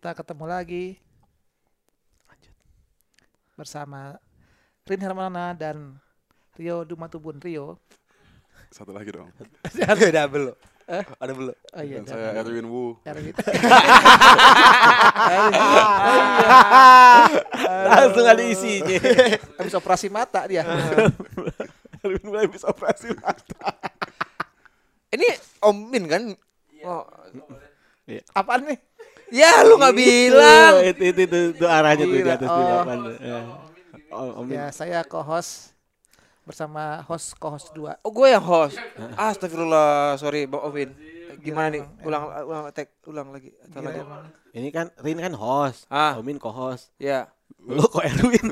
kita ketemu lagi bersama Rin Hermana dan Rio Dumatubun. Rio. Satu lagi dong. Ada belum? Ada belum? Oh iya. Dan saya Erwin Wu. Erwin. Langsung ada isinya. Habis operasi mata dia. Erwin mulai bisa operasi mata. Ini Om Min kan? Oh. Apaan nih? Ya lu nggak bilang. Itu arahnya tuh di atas di Oh. papan. Om Ya, saya co-host bersama co-host 2. Oh gue yang host. Astagfirullah, sorry Bang Ovin. Gimana nih? Ulang lagi. Atau lagi? ini kan Rin kan host, Omin co-host. Ya. Lu kok Erwin?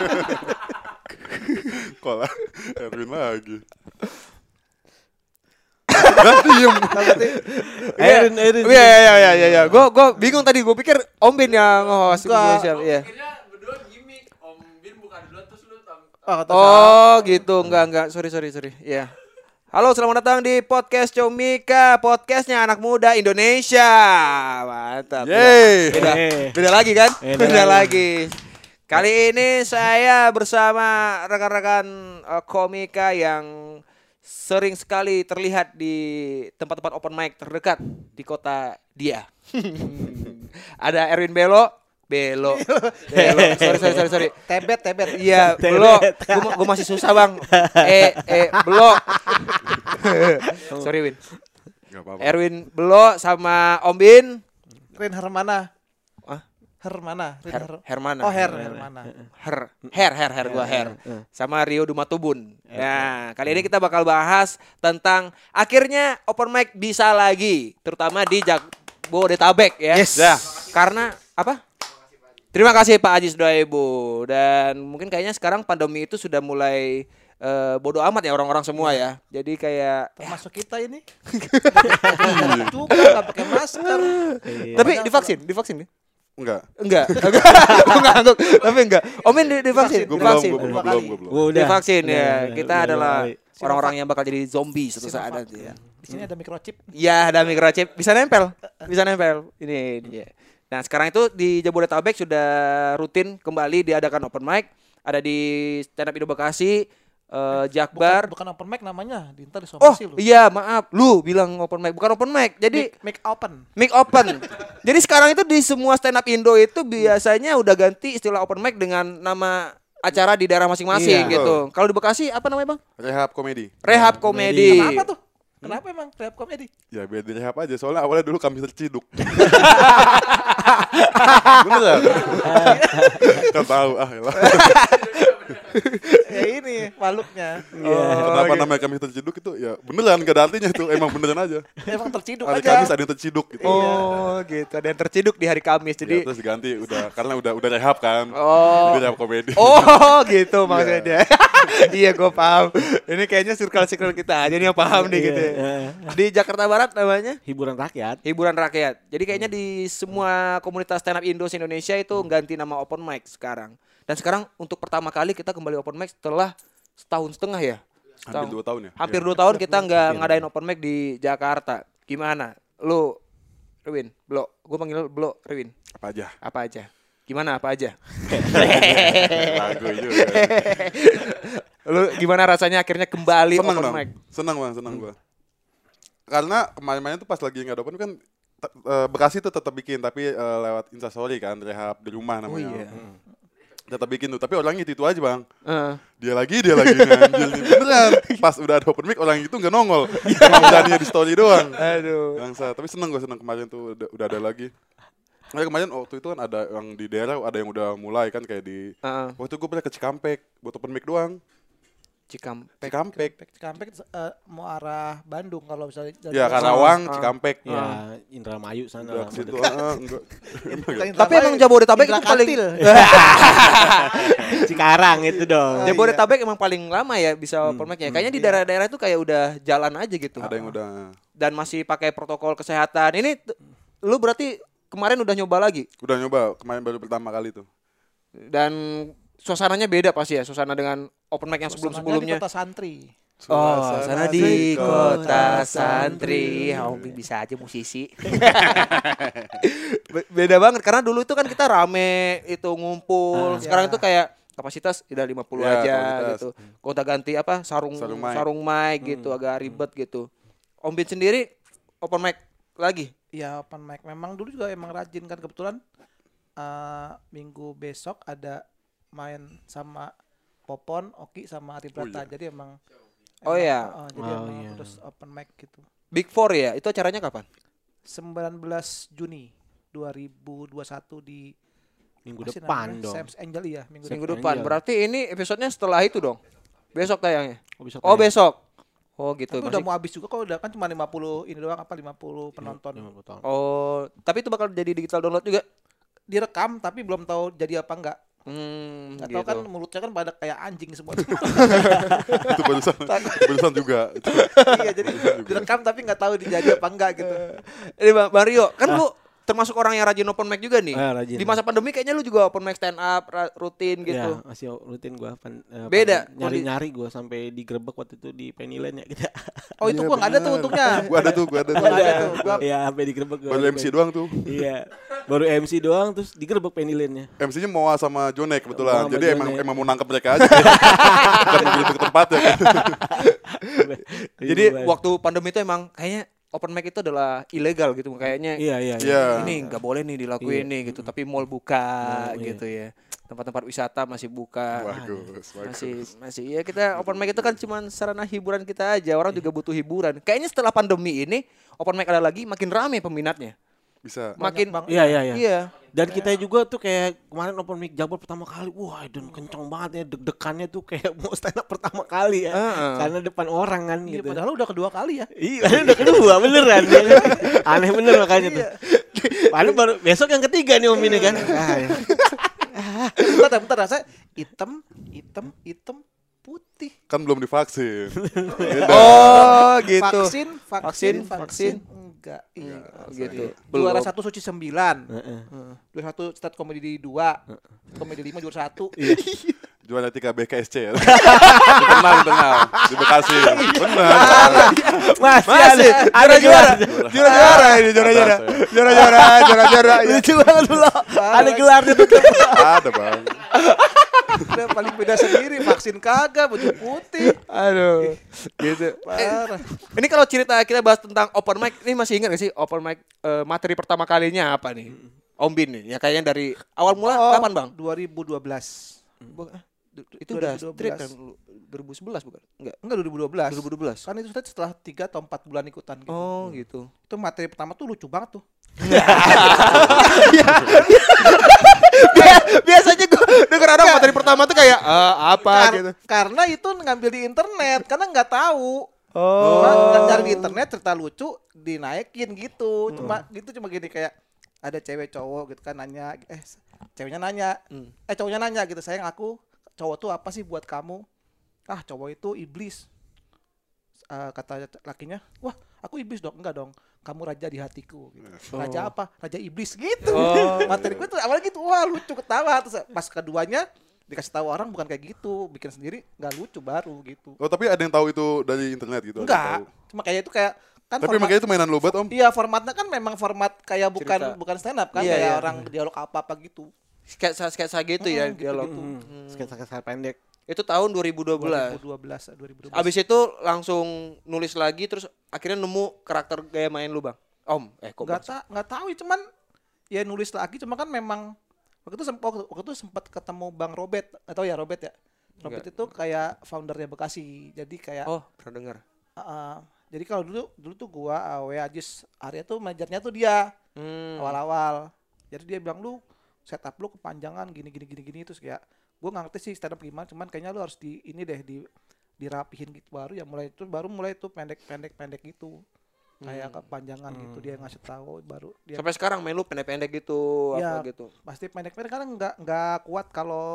Kok lah Erwin lagi. Diem. Erin. Iya. Gue bingung tadi. Gue pikir Om Bin yang host. Iya. Berdua gimmick, Om Bin bukan duluan terus lu Oh gitu. Enggak. Sorry. Iya. Halo, selamat datang di podcast Comika, podcastnya anak muda Indonesia. Mantap. Yeay. Beda lagi kan? Beda Beda lagi. Kali ini saya bersama rekan-rekan komika yang sering sekali terlihat di tempat-tempat open mic terdekat di kota dia. Ada Erwin Belo. Sorry. Tebet. Iya, Belo. Gue masih susah bang. Belo. Sorry Win. Gak apa-apa. Erwin Belo sama Om Bin. Rin Hermana. Ah? Hermana. Hermana. Oh, Hermana. Her gua Her. Sama Rio Dumatubun. Nah, kali ini kita bakal bahas tentang akhirnya open mic bisa lagi, terutama di Jabodetabek ya. Yes. Ya. Karena apa? Terima kasih Pak Aji Sudoibu. Dan mungkin kayaknya sekarang pandemi itu sudah mulai bodo amat ya orang-orang semua ya. Jadi kayak Termasuk kita ini. Juga enggak pakai masker. tapi divaksin nih? Enggak. Enggak. Gua ngangguk, tapi enggak. Omin divaksin. Gue Divaksin. belum. Gua udah. Divaksin ya. Kita Udah, adalah udah. orang-orang yang bakal jadi zombie suatu saat nanti ya. Di sini ada microchip. Iya, ada microchip. Bisa nempel. Ini dia. Nah, sekarang itu di Jabodetabek sudah rutin kembali diadakan open mic. Ada di Stand Up Indo Bekasi, Jakbar. Bukan open mic namanya, di ntar Oh disomasi lu. iya maaf, lu bilang open mic, bukan open mic. Jadi Mic open. mic open. Jadi sekarang itu di semua stand up Indo itu biasanya udah ganti istilah open mic dengan nama acara di daerah masing-masing Iya. gitu. Kalau di Bekasi apa namanya bang? Rehab komedi. Rehab komedi. Kenapa tuh? Kenapa emang rehab komedi? Ya biar direhab aja. Soalnya awalnya dulu kami terciduk. Beneran. Gak tahu elah. Ya ini makhluknya. Kenapa namanya kami terciduk itu ya beneran gak ada artinya itu. Emang beneran aja. Emang terciduk Hari aja. Kamis ada yang terciduk gitu. Oh gitu. Ada yang terciduk di hari Kamis. Ya, Jadi terus diganti karena udah rehab kan. Oh. Jadi rehab komedi. Oh gitu maksudnya. Iya gue paham. Ini kayaknya circle kita aja nih yang paham nih gitu. Ya. Di Jakarta Barat namanya Hiburan rakyat. hiburan rakyat. Jadi kayaknya di semua komunitas stand up Indo Indonesia itu ganti nama open mic sekarang. Dan sekarang untuk pertama kali kita kembali open mic setelah setahun setengah ya. Hampir 2 tahun ya. Hampir 2 tahun kita nggak ngadain open mic di Jakarta. Gimana? Lu Rewin, Blo. Gue panggil Blo, Rewin. Apa aja? Apa aja? Gimana apa aja? Lagu juga. Lu gimana rasanya akhirnya kembali Senang open dong. mic? Senang gua. Karena kemarin-kemarin tuh pas lagi nggak ada open kan Bekasi tuh tetap bikin tapi lewat Instastory kan rehab di rumah namanya. Oh, iya. Tetap bikin tuh tapi orangnya itu aja bang. Heeh. Dia lagi nganjil nih. Beneran. Pas udah ada open mic orang itu nggak nongol. Cuma beraninya di story doang. Aduh. Bangsa. Tapi seneng kemarin tuh udah ada lagi. Nah, kemarin waktu itu kan ada yang di daerah ada yang udah mulai kan kayak di waktu itu gue pernah ke Cikampek buat open mic doang. Cikampek. Cikampek mau arah Bandung kalau misalnya dari Ya Karawang, Cikampek. Ya, Indramayu sana. Udah ke situ enggak. Tapi emang Jabodetabek itu paling Cikarang itu dong. Jabodetabek emang paling lama ya bisa open mic ya. Kayaknya di daerah-daerah itu kayak udah jalan aja gitu. Ada yang udah Dan masih pakai protokol kesehatan. Ini lu berarti kemarin udah nyoba lagi udah nyoba kemarin baru pertama kali tuh. dan suasananya beda pasti ya, suasana dengan open mic yang Suasananya sebelum-sebelumnya. di kota santri. Sana di kota santri. Om Bin bisa aja musisi. Beda banget karena dulu itu kan kita rame itu ngumpul. Sekarang itu kayak kapasitas udah 50 aja gitu. Gonta ganti apa sarung mic gitu agak ribet gitu. Om Bin sendiri open mic lagi? Ya open mic memang dulu juga emang rajin kan kebetulan minggu besok ada main sama Popon, Oki sama Ari Brata. Jadi emang terus open mic gitu. Big Four ya? Itu acaranya kapan? 19 Juni 2021 di minggu depan dong. Sam's Angel ya, minggu depan. Berarti ini episodenya setelah itu dong. Besok tayangnya. Besok. Oh gitu. Tapi udah mau habis juga kok, udah kan cuma 50 ini doang 50 penonton. 50 Oh, tapi itu bakal jadi digital download juga? Direkam tapi belum tahu jadi apa enggak. Atau gitu. Kan mulutnya kan pada kayak anjing semua. Itu barusan juga. Iya, jadi direkam tapi nggak tahu dijadi apa enggak gitu. Ini Bang Rio, kan lu termasuk orang yang rajin open mic juga nih. Rajin. Di masa pandemi kayaknya lu juga open mic stand up rutin gitu. Ya, masih rutin gua. Beda. Nyari-nyari gua sampai digerebek waktu itu di Pennyland ya kita. Oh itu gua nggak ada tuh untungnya. Gua ada tuh. Iya, sampai digerebek gua. Baru MC doang tuh. Iya. Baru MC doang terus digerebek Pennyland-nya. MC-nya Moa sama Jonek kebetulan. Jadi emang mau nangkep mereka aja. Bukan begitu ke tempat ya kan. Jadi waktu pandemi itu emang kayaknya open mic itu adalah ilegal gitu kayaknya. Iya. Ini nggak boleh nih dilakuin nih gitu. Tapi mall buka gitu ya. Tempat-tempat wisata masih buka. Bagus. Masih ya kita open mic itu kan cuma sarana hiburan kita aja. Orang juga butuh hiburan. Kayaknya setelah pandemi ini open mic ada lagi makin rame peminatnya. Bisa. Makin Iya. Dan kita juga tuh kayak kemarin open mic Jakbar pertama kali, wah dan kenceng banget ya, deg-degannya tuh kayak mau stand up pertama kali ya. Karena depan orang kan gitu. Padahal udah kedua kali ya. Iya, udah kedua beneran. Aneh bener makanya tuh. Padahal baru besok yang ketiga nih Om ini kan. Bentar rasa hitam putih. Kan belum divaksin. Oh gitu. Vaksin enggak. Iya. Gitu. Juara 1 Suci 9. Juara 1 Stat Komedi 2. Komedi 5 juara 1. Juara 3 BKSC ya. Internal di Bekasi. Benar. Masih ada juara ini juara. Lucu banget lu. Ada gelarnya tuh. Ada, Bang. Udah paling beda sendiri, vaksin kagak, baju putih. Aduh. Gitu. Parah. Ini kalau cerita kita bahas tentang open mic, ini masih ingat gak sih open mic materi pertama kalinya apa nih? Om Bin nih, ya kayaknya dari awal mula kapan Bang? 2012. Itu udah straight kan 2011 bukan? Enggak 2012. Kan itu setelah 3 atau 4 bulan ikutan gitu. Oh, gitu. Itu materi pertama tuh lucu banget tuh. Biasanya gue denger orang materi pertama tuh kayak apa gitu. Karena itu ngambil di internet, karena nggak tahu. Cari di internet cerita lucu dinaikin gitu. Cuma gini kayak ada cewek cowok gitu kan nanya, ceweknya nanya, cowoknya nanya gitu, sayang aku cowok tuh apa sih buat kamu? Ah cowok itu iblis. Kata lakinya, wah aku iblis dong, enggak dong, kamu raja di hatiku gitu. Raja apa? Raja iblis gitu. Materi gue tuh awalnya gitu, wah lucu ketawa. Terus pas keduanya dikasih tahu orang bukan kayak gitu, bikin sendiri nggak lucu baru gitu. Oh tapi ada yang tahu itu dari internet gitu? Enggak, cuma kayak itu kayak kan tapi makanya itu mainan lobat Om? Iya formatnya kan memang format kayak bukan stand up kan, kayak orang dialog apa gitu. Sketsa gitu ya dialog tuh. Sketsa pendek. Itu tahun 2012. Abis itu langsung nulis lagi terus akhirnya nemu karakter gaya main lu Bang. Om, kok nggak tahu ya, cuman ya nulis lagi, cuma kan memang waktu itu sempat ketemu Bang Robert, atau ya Robert ya. Robert itu kayak foundernya Bekasi. Jadi kayak pernah dengar. Jadi kalau dulu tuh gua Awe Ajis Arya tuh manajernya tuh dia. Awal-awal. Jadi dia bilang lu setup lu kepanjangan gini terus kayak gue nggak ngerti sih stand up gimana, cuman kayaknya lu harus dirapihin gitu baru mulai itu pendek gitu kayak kepanjangan gitu, dia ngasih tahu baru dia sampai sekarang main lu pendek gitu ya, apa gitu pasti pendek karena nggak kuat kalau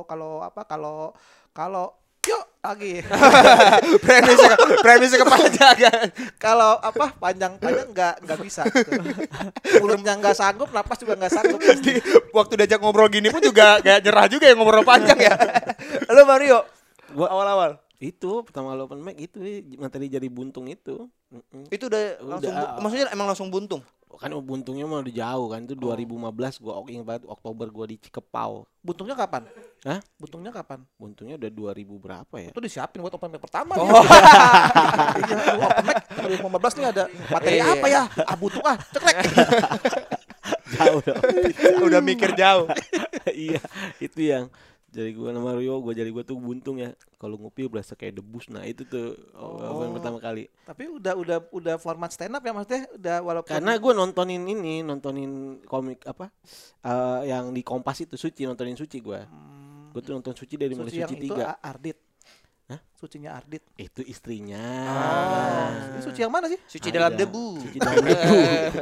yuk lagi premisnya kepanjangan kalau panjang nggak bisa gitu. Mulutnya nggak sanggup, napas juga nggak sanggup. Waktu diajak ngobrol gini pun juga kayak nyerah juga ya ngobrol panjang ya. Halo Mario, awal-awal Itu pertama kali open mic itu materi jadi buntung itu. Itu udah langsung maksudnya emang langsung buntung. Kan buntungnya mah udah jauh kan, itu 2015 gua ingat banget, Oktober gua di Cikepau. Buntungnya kapan? Hah? Buntungnya kapan? Buntungnya udah 2000 berapa ya? Itu disiapin buat open mic pertama. Iya, open mic 2015 nih ada materi apa ya? Buntung ceklek. Jauh dong. Udah mikir jauh. Iya, itu yang jadi gua nama Rio, jadi gua tuh buntung ya. Kalau ngopi berasa kayak debus. Nah, itu tuh yang pertama kali. Tapi udah format stand up ya maksudnya udah walaupun Karena gua nontonin komik yang di Kompas itu nontonin Suci gua. Gua tuh nonton Suci dari mulai Suci 3. Itu Ardit. Hah? Sucinya Ardit. Itu istrinya. Ini Suci yang mana sih? Suci dalam debu. Suci dalam debu.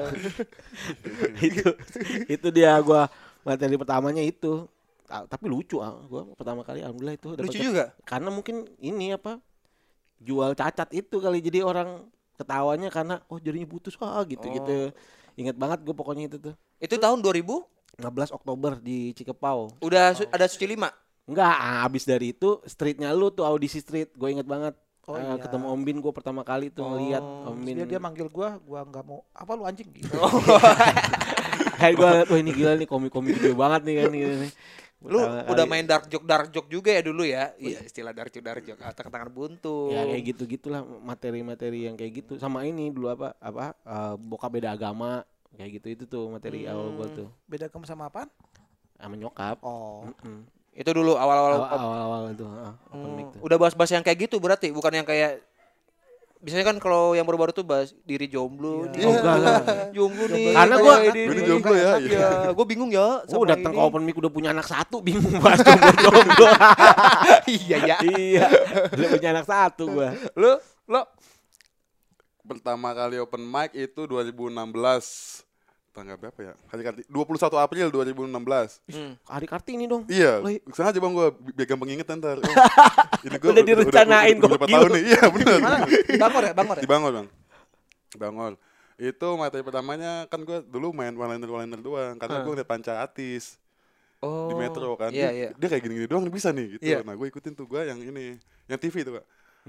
itu dia gua materi pertamanya itu. Tapi lucu gua pertama kali alhamdulillah itu lucu juga karena mungkin ini jual cacat itu kali, jadi orang ketawanya karena jadinya putus gitu ingat banget gua pokoknya itu tahun 2015 Oktober di Cikepau. Udah ada Suci 5 enggak, abis dari itu streetnya lu tuh audisi street gua ingat banget. Iya. Ketemu Om Bin gua pertama kali tuh ngeliat Om Bin. Dia manggil gua nggak mau apa lu anjing gitu. Kayak gua liat, wah ini gila nih komik-komik gede banget nih kan nih. Lu udah main dark joke juga ya dulu ya? Iya, istilah dark joke atau tangan buntu. Ya kayak gitu-gitulah materi-materi yang kayak gitu. Sama ini dulu bokap beda agama kayak gitu, itu tuh materi awal gua tuh. Beda agama sama apaan? Sama nyokap. Itu dulu awal-awal itu. Udah bahas-bahas yang kayak gitu berarti, bukan yang kayak biasanya kan kalau yang baru-baru tuh bahas diri jomblo. Enggak. Jomblo nih. Karena gua ini jomblo ya. Gua bingung ya. Gua datang ke open mic udah punya anak 1, bingung bahas jomblo. Iya. Udah punya anak 1 gua. Lo Pertama kali open mic itu 2016. Tanggal berapa ya? Hari 21 April 2016. Hari Kartini dong. Iya, sengaja bang gue biar gampang inget ntar. Ini gua udah direncanain udah berapa tahun nih? Iya benar. Di Bangor ya? Di Bangor bang. Bangor. Itu materi pertamanya kan gue dulu main one-liner doang. Karena gue ngeliat Panca Atis di Metro kan. Dia kayak gini-gini doang bisa nih gitu. Nah gue ikutin tuh gue yang ini, yang TV tuh kak.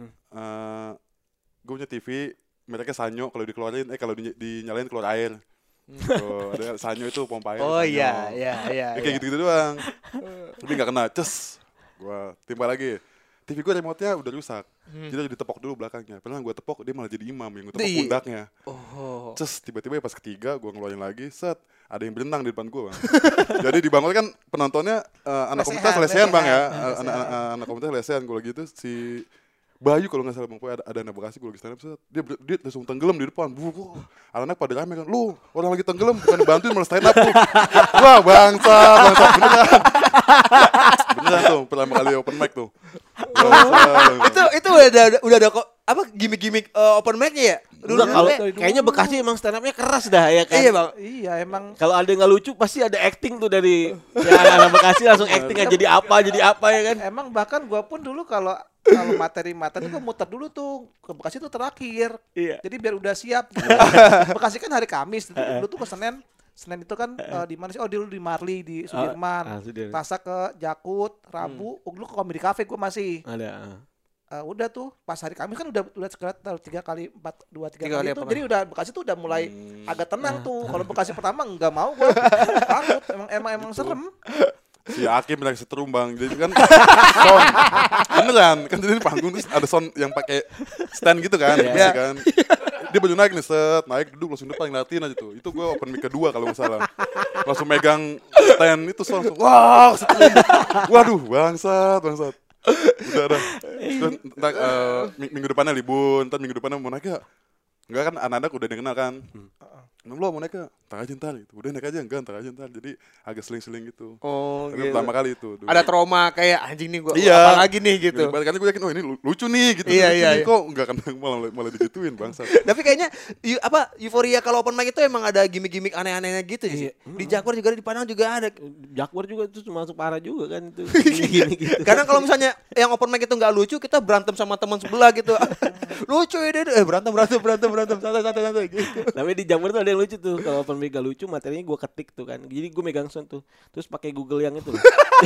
Gue punya TV, mereka sanyo kalau dikeluarin, kalau dinyalain keluar air. Ada sanyo itu pompa air. Iya. Kayak gitu-gitu doang. Tapi nggak kena, gua timpa lagi. TV gua remote-nya udah rusak. Jadi harus ditepok dulu belakangnya. Padahal gua tepok, dia malah jadi imam yang gua tepok pundaknya. Tiba-tiba pas ketiga gua ngeluarin lagi, ada yang berenang di depan gua, Bang. Jadi di Bangor kan penontonnya anak komunitas lesehan, Bang ya. Anak komunitas lesehan gua lagi itu si Bayu kalau nggak salah bang, ada anak Bekasi gue lagi stand up, dia langsung tenggelam di depan, anak-anak pada rame kan, lu orang lagi tenggelam bukan bantuin malah stand up lu, wah bangsa beneran tuh pertama kali open mic tuh. Itu udah ada kok apa gimmick open mic-nya ya? Dulu kayaknya Bekasi emang stand up-nya keras dah ya kan. Iya bang. Iya emang. Kalau ada yang nggak lucu pasti ada acting tuh dari anak Bekasi langsung acting jadi apa ya kan. Emang bahkan gua pun dulu kalau materi gua muter dulu tuh ke Bekasi tuh terakhir. Iya. Jadi biar udah siap. Bekasi kan hari Kamis, dulu tuh ke Senin itu kan di mana sih? Dulu di Marli di Sudirman. Selasa ke Jakut, Rabu dulu ke Comedy Cafe gua masih. Ada. Udah tuh pas hari Kamis kan udah sekitar 3 kali itu. Jadi udah Bekasi tuh udah mulai agak tenang tuh. Kalau Bekasi pertama enggak mau gua. Takut emang serem. Si Akim lagi setrum bang, jadi kan sound beneran kan, jadi di panggung terus ada sound yang pakai stand gitu kan, kan. Dia baru naik nih, naik duduk langsung depan ngeliatin aja tuh. Itu gue open mic kedua kalau nggak salah, langsung megang stand itu sound, wah setrum, waduh bangsat. Udah. Minggu depannya libur, ntar minggu depannya mau naik ya? Enggak kan, anak-anak udah dikenal kan. Lo mau naik ya? Ntar aja ntar gitu. Udah naik aja, enggak ntar aja ntar. Jadi agak seling-seling gitu. Gitu. Pertama kali itu. Ada trauma kayak anjing nih gue apa lagi nih gitu. Karena gue yakin, ini lucu nih gitu. Iya. Kok enggak kan malah digituin bangsa. Tapi kayaknya euforia kalau open mic itu emang ada gimmick-gimmick aneh-anehnya gitu sih. Di Jakwar juga, di Padang juga ada. Jakwar juga itu masuk parah juga kan itu. Gitu. Karena kalau misalnya yang open mic itu nggak lucu, kita berantem sama teman sebelah gitu. lucu ya dia. Berantem santai gitu. Tapi di Jember tuh ada yang lucu tuh. Kalau open mic gak lucu, materinya gue ketik tuh kan. Jadi gue megang sound tuh. Terus pakai Google yang itu loh.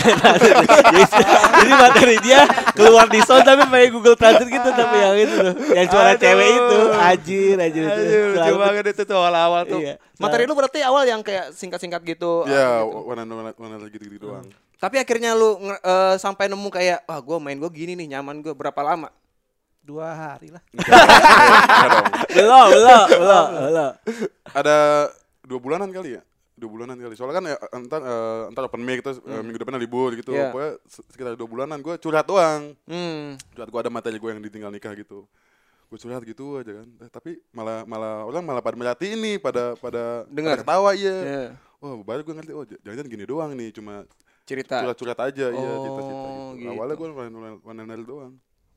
Jadi materi dia keluar di sound tapi pakai Google Translate gitu, tapi yang itu tuh. Yang suara cewek itu. Anjir itu. Lucu banget itu tuh awal-awal tuh. Iya. Materi lu berarti awal yang kayak singkat-singkat gitu. Iya, gitu. one gitu doang. Tapi akhirnya lu sampai nemu kayak, wah gue main gue gini nih, nyaman gue. Berapa lama? 2 hari lah. Belum. Ada 2 bulanan kali ya. 2 bulanan kali. Soalnya kan ya, entar open mic terus minggu depan libur gitu. Yeah. Pokoknya sekitar 2 bulanan gue curhat doang. Curhat gue ada materi gue yang ditinggal nikah gitu. Gue curhat gitu aja kan. Tapi malah orang pada merhatiin nih, pada dengar ketawa iya. Oh, baru gue ngerti, oh jangan gini doang nih, cuma cerita curhat aja, iya cerita gitu. gitu. Awalnya gue one doang.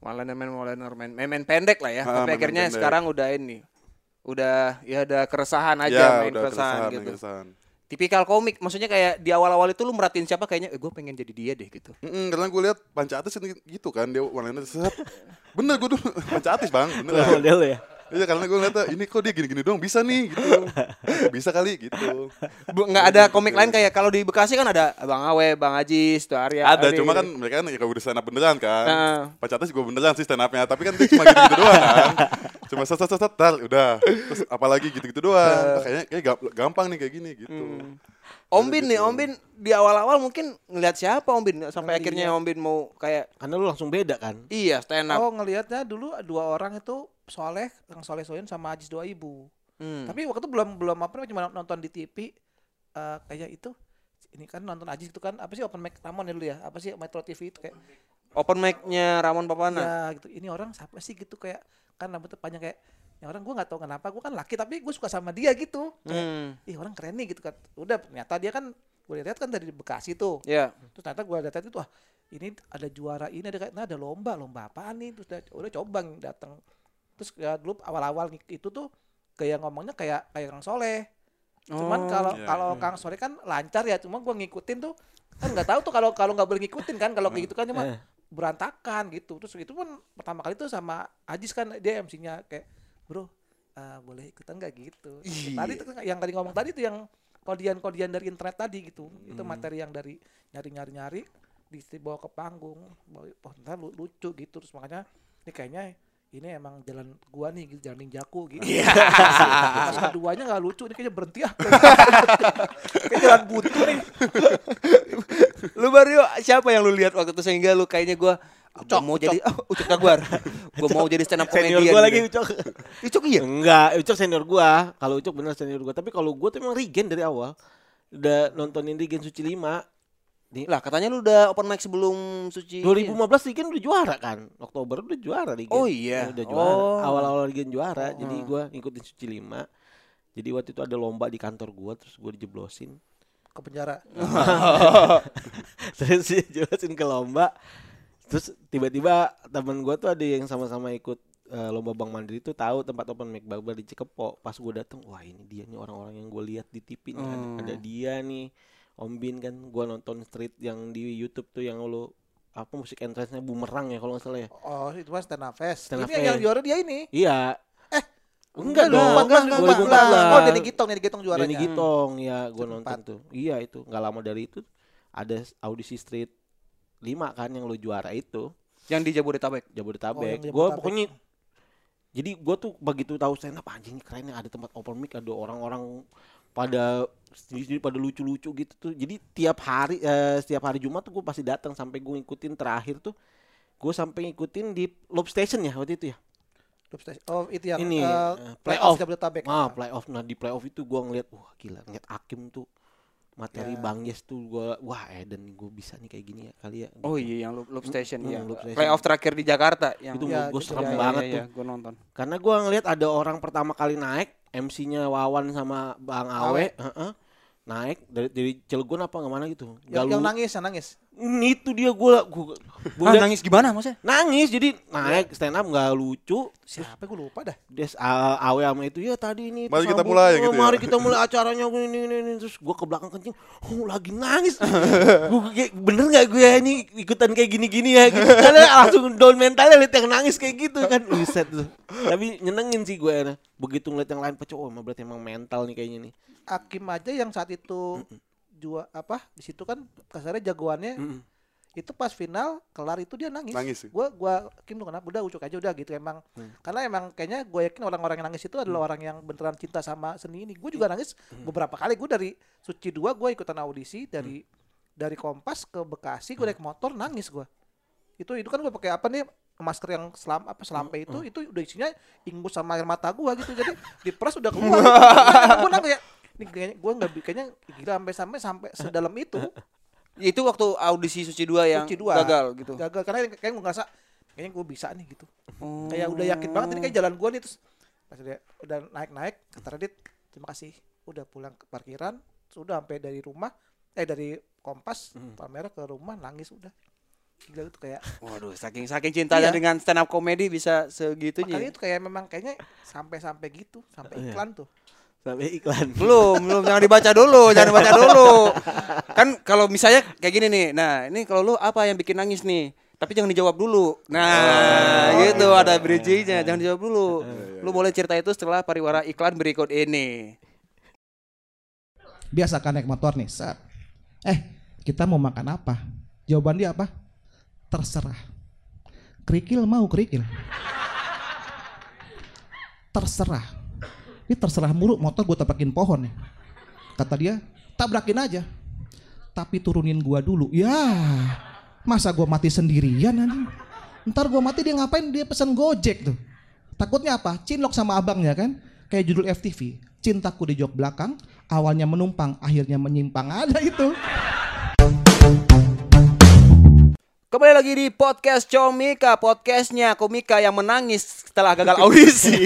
Main pendek lah ya. Tapi akhirnya pendek. Sekarang udah ini. Udah keresahan aja, ya, main keresahan gitu. Keresahan. Tipikal komik, maksudnya kayak di awal-awal itu lu merhatiin siapa kayaknya gue pengen jadi dia deh gitu. Karena gue lihat Panca Atis gitu kan, dia one-liner set. Bener gue dulu Panca Atis bang, bener. Model ya. Iya karena gue ngeliatnya ini kok dia gini-gini doang bisa nih gitu. Bisa kali gitu. Nggak ada komik lain kayak kalau di Bekasi kan ada Bang Awe, Bang Ajis, tuh Arya. Ada, cuma kan mereka kan ya udah stand up beneran kan. Panca Atis gue beneran sih stand upnya, tapi kan dia cuma gitu-gitu doang kan. Cuma set udah. Terus apalagi gitu-gitu doang. Kayaknya gampang nih kayak gini gitu. Om Bin di awal-awal mungkin ngelihat siapa Om Bin sampai akhirnya Om Bin mau kayak, karena lu langsung beda kan. Iya, stand up. Oh, ngelihatnya dulu 2 orang itu Kang Soleh Soyun sama Ajis 2000. Tapi waktu itu belum apa, cuma nonton di TV kayak itu. Ini kan nonton Ajis itu kan apa sih open mic Ramon ya dulu ya? Apa sih Metro TV itu kayak open mic-nya Ramon Papana. Ya gitu. Ini orang siapa sih gitu, kayak kan rambutnya panjang kayak ya orang gue nggak tahu kenapa, gue kan laki tapi gue suka sama dia gitu. Kayak, ih orang keren nih gitu kan. Udah ternyata dia kan gue lihat kan dari Bekasi tuh. Iya. Terus ternyata gue lihat itu, wah ini ada juara ini, ada lomba apaan nih, terus udah coba datang. Terus ya dulu awal-awal itu tuh kayak ngomongnya kayak Kang Soleh. Cuman kalau Kang Soleh kan lancar ya, cuma gue ngikutin tuh kan nggak tahu tuh kalau nggak boleh ngikutin kan, kalau kayak gitu kan cuma berantakan gitu. Terus itu pun pertama kali tuh sama Ajis kan, dia MC-nya kayak, bro boleh ikutan nggak gitu. Tadi tuh yang tadi ngomong tadi tuh yang kodian dari internet tadi gitu. Itu materi yang dari nyari dibawa ke panggung, ntar lucu gitu. Terus makanya ini kayaknya ini emang jalan gua nih, jalan ninjaku gitu. Pas keduanya nggak lucu, ini kayaknya berhenti ah. Kayak jalan buntu nih. Lu baru siapa yang lu lihat waktu itu sehingga lu kayaknya gua mau jadi Ucok Jaguar. Gua mau jadi stand up comedian. Senior gua lagi Ucok. Ucok iya? Enggak, Ucok senior gua. Kalau Ucok bener senior gua, tapi kalau gua tuh emang Regen dari awal. Udah nontonin Regen Suci 5. Lah katanya lu udah open mic sebelum Suci 2015 Regen udah juara kan. Oktober udah juara Regen. Oh iya. Udah juara. Awal-awal Regen juara. Jadi gua ngikutin Suci 5. Jadi waktu itu ada lomba di kantor gua, terus gua dijeblosin ke penjara. Terus dijeblosin ke lomba. Terus tiba-tiba temen gua tuh ada yang sama-sama ikut lomba Bank Mandiri tuh tahu tempat open mic Barbar di Cikepo. Pas gua dateng, wah ini dia nih orang-orang yang gua lihat di TV nih. Ada dia nih. Om Bin kan, gue nonton street yang di YouTube tuh yang lo apa musik entrance-nya Bumerang ya kalau nggak salah ya. Oh itu mas Stand Up Fest. Stand Up Ini yang juara dia ini. Iya. Enggak dong. 2014. Oh Denny Gitong juaranya. Denny Gitong ya, gue nonton tuh. Iya itu nggak lama dari itu ada audisi street 5 kan yang lo juara itu. Yang di Jabodetabek. Gue pokoknya jadi gue tuh begitu tahu stand up anjing keren ya, ada tempat open mic, ada orang-orang pada lucu-lucu gitu tuh. Jadi setiap hari Jumat tuh gue pasti datang, sampai gue ngikutin terakhir tuh gue sampai ngikutin di Loop Station ya waktu itu ya. Loop Station. Oh itu yang ini playoff Jabodetabek. Playoff. Nah di playoff itu gue ngeliat wah gila, ngeliat Hakim tuh materi Bang Yes tuh gue wah dan gue bisa nih kayak gini ya kali ya. Oh iya yang Loop Station ya. Loop Station. Playoff terakhir di Jakarta yang itu gue serem banget tuh. Gue nonton. Karena gue ngeliat ada orang pertama kali naik, MC-nya Wawan sama Bang Awe. Naik dari Cilegon apa kemana gitu. Yang nangis. Itu dia gue nangis gimana maksudnya? nangis jadi naik stand up nggak lucu. Siapa gue lupa dah. Dia awe sama itu ya tadi ini. Mari kita mulai gitu ya. Mari kita mulai acaranya ini. Terus gue ke belakang kencing. Lagi nangis. Gue kayak bener nggak gue ini ikutan kayak gini-gini ya? Gitu. Karena langsung down mentalnya liat yang nangis kayak gitu kan. Wiset tuh. Tapi nyenengin sih gue. Begitu ngeliat yang lain pecah. Berarti emang mental nih kayaknya nih. Hakim aja yang saat itu di situ kan kasarnya jagoannya. Itu pas final kelar itu dia nangis. Nangis. Gua Kim tuh kenapa udah ucuk aja udah gitu emang. Karena emang kayaknya gue yakin orang-orang yang nangis itu adalah orang yang beneran cinta sama seni ini. Gue juga nangis beberapa kali. Gue dari Suci 2 gue ikutan audisi dari Kompas ke Bekasi gue naik motor nangis gue. Itu kan gue pakai apa nih masker yang selampe itu udah isinya ingus sama air mata gue gitu. Jadi diperas udah keluar. Gue nangis ya. Ini kayaknya gue nggak kayaknya gila sampai sedalam itu. Itu waktu audisi Suci 2 yang gagal gitu. Gagal karena kayak gue ngerasa kayaknya gue bisa nih gitu. Kayak udah yakin banget ini kayak jalan gue nih terus pas dia udah naik kata Radit terima kasih udah pulang ke parkiran sudah sampai dari Kompas Palmera ke rumah nangis udah. Gila itu kayak waduh saking cintanya dengan stand up comedy bisa segitunya. Makanya itu kayak memang kayaknya sampai gitu sampai iklan tuh. Sampai iklan. Belum jangan dibaca dulu. Kan kalau misalnya kayak gini nih. Nah, ini kalau lu apa yang bikin nangis nih? Tapi jangan dijawab dulu. Nah, gitu ada bridging-nya, jangan dijawab dulu. Lu boleh cerita itu setelah pariwara iklan berikut ini. Biasa kan naik motor nih, set. Kita mau makan apa? Jawaban dia apa? Terserah. Kerikil mau kerikil. Terserah. Ini terserah mulu motor gue tabrakin pohon ya. Kata dia tabrakin aja. Tapi turunin gua dulu. Ya masa gua mati sendirian nanti. Ntar gua mati dia ngapain? Dia pesan Gojek tuh. Takutnya apa? Cinlok sama abangnya kan. Kayak judul FTV. Cintaku di jok belakang. Awalnya menumpang akhirnya menyimpang. Ada itu. Kembali lagi di podcast Comika, podcastnya komika yang menangis setelah gagal audisi.